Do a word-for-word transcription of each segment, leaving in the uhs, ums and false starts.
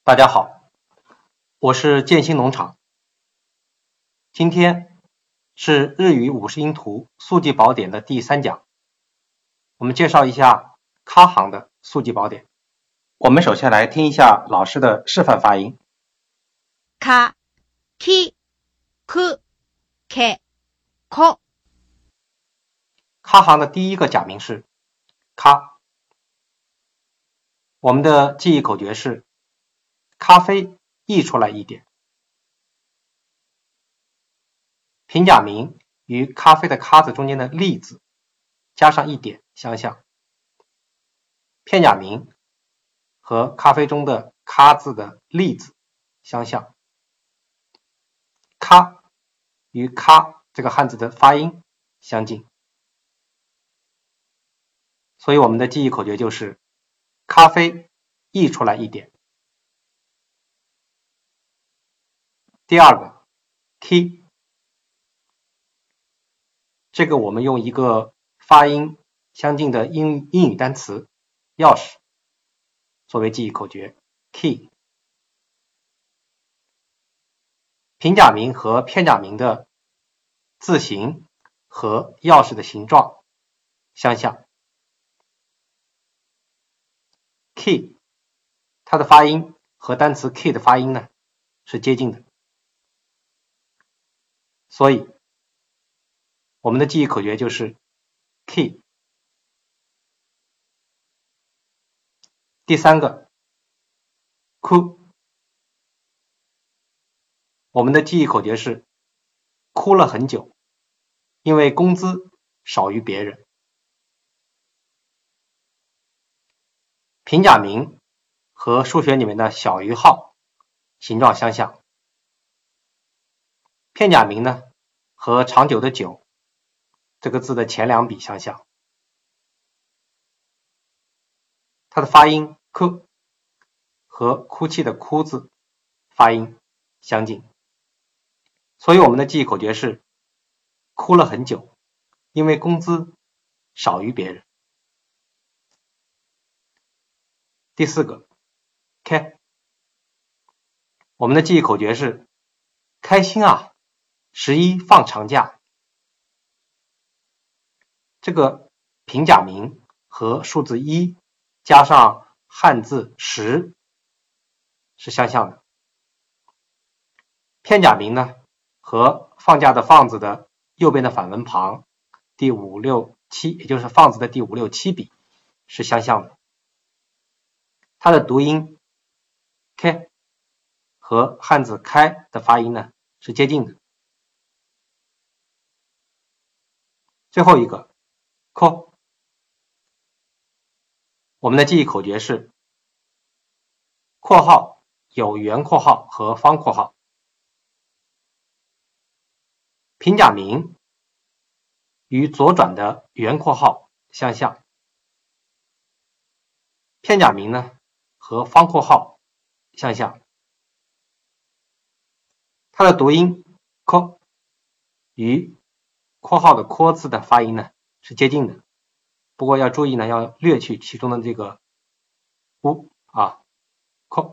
大家好，我是建新农场。今天是日语五十音图速记宝典的第三讲，我们介绍一下卡行的速记宝典。我们首先来听一下老师的示范发音。 か、き、く、け、こ。 卡行的第一个假名是咖，我们的记忆口诀是咖啡溢出来一点。平假名与咖啡的咖字中间的粒字加上一点相像，片假名和咖啡中的咖字的粒字相像，咖与咖这个汉字的发音相近，所以我们的记忆口诀就是咖啡溢出来一点。第二个 key， 这个我们用一个发音相近的英英语单词钥匙作为记忆口诀 key。 平假名和片假名的字形和钥匙的形状相像， key 它的发音和单词 key 的发音呢是接近的，所以我们的记忆口诀就是 key。 第三个哭，我们的记忆口诀是哭了很久，因为工资少于别人。平假名和数学里面的小于号形状相像，片假名呢和长久的久这个字的前两笔相像，它的发音哭和哭泣的哭字发音相近，所以我们的记忆口诀是哭了很久，因为工资少于别人。第四个 K， 我们的记忆口诀是开心啊，十一放长假。这个平假名和数字一加上汉字十是相像的，片假名呢和放假的放字的右边的反文旁第五六七，也就是放字的第五六七笔是相像的，它的读音 K 和汉字开的发音呢是接近的。最后一个 Ko， 我们的记忆口诀是括号有圆括号和方括号，平假名与左转的圆括号相像，片假名呢和方括号相像，它的读音 ko 与括号的括字的发音呢是接近的，不过要注意呢，要略去其中的这个乌啊 ko。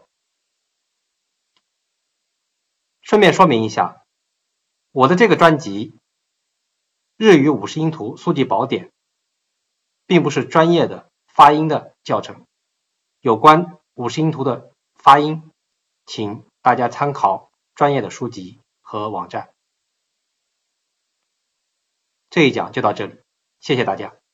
顺便说明一下，我的这个专辑日语五十音图速记宝典并不是专业的发音的教程，有关五十音图的发音请大家参考专业的书籍和网站。这一讲就到这里，谢谢大家。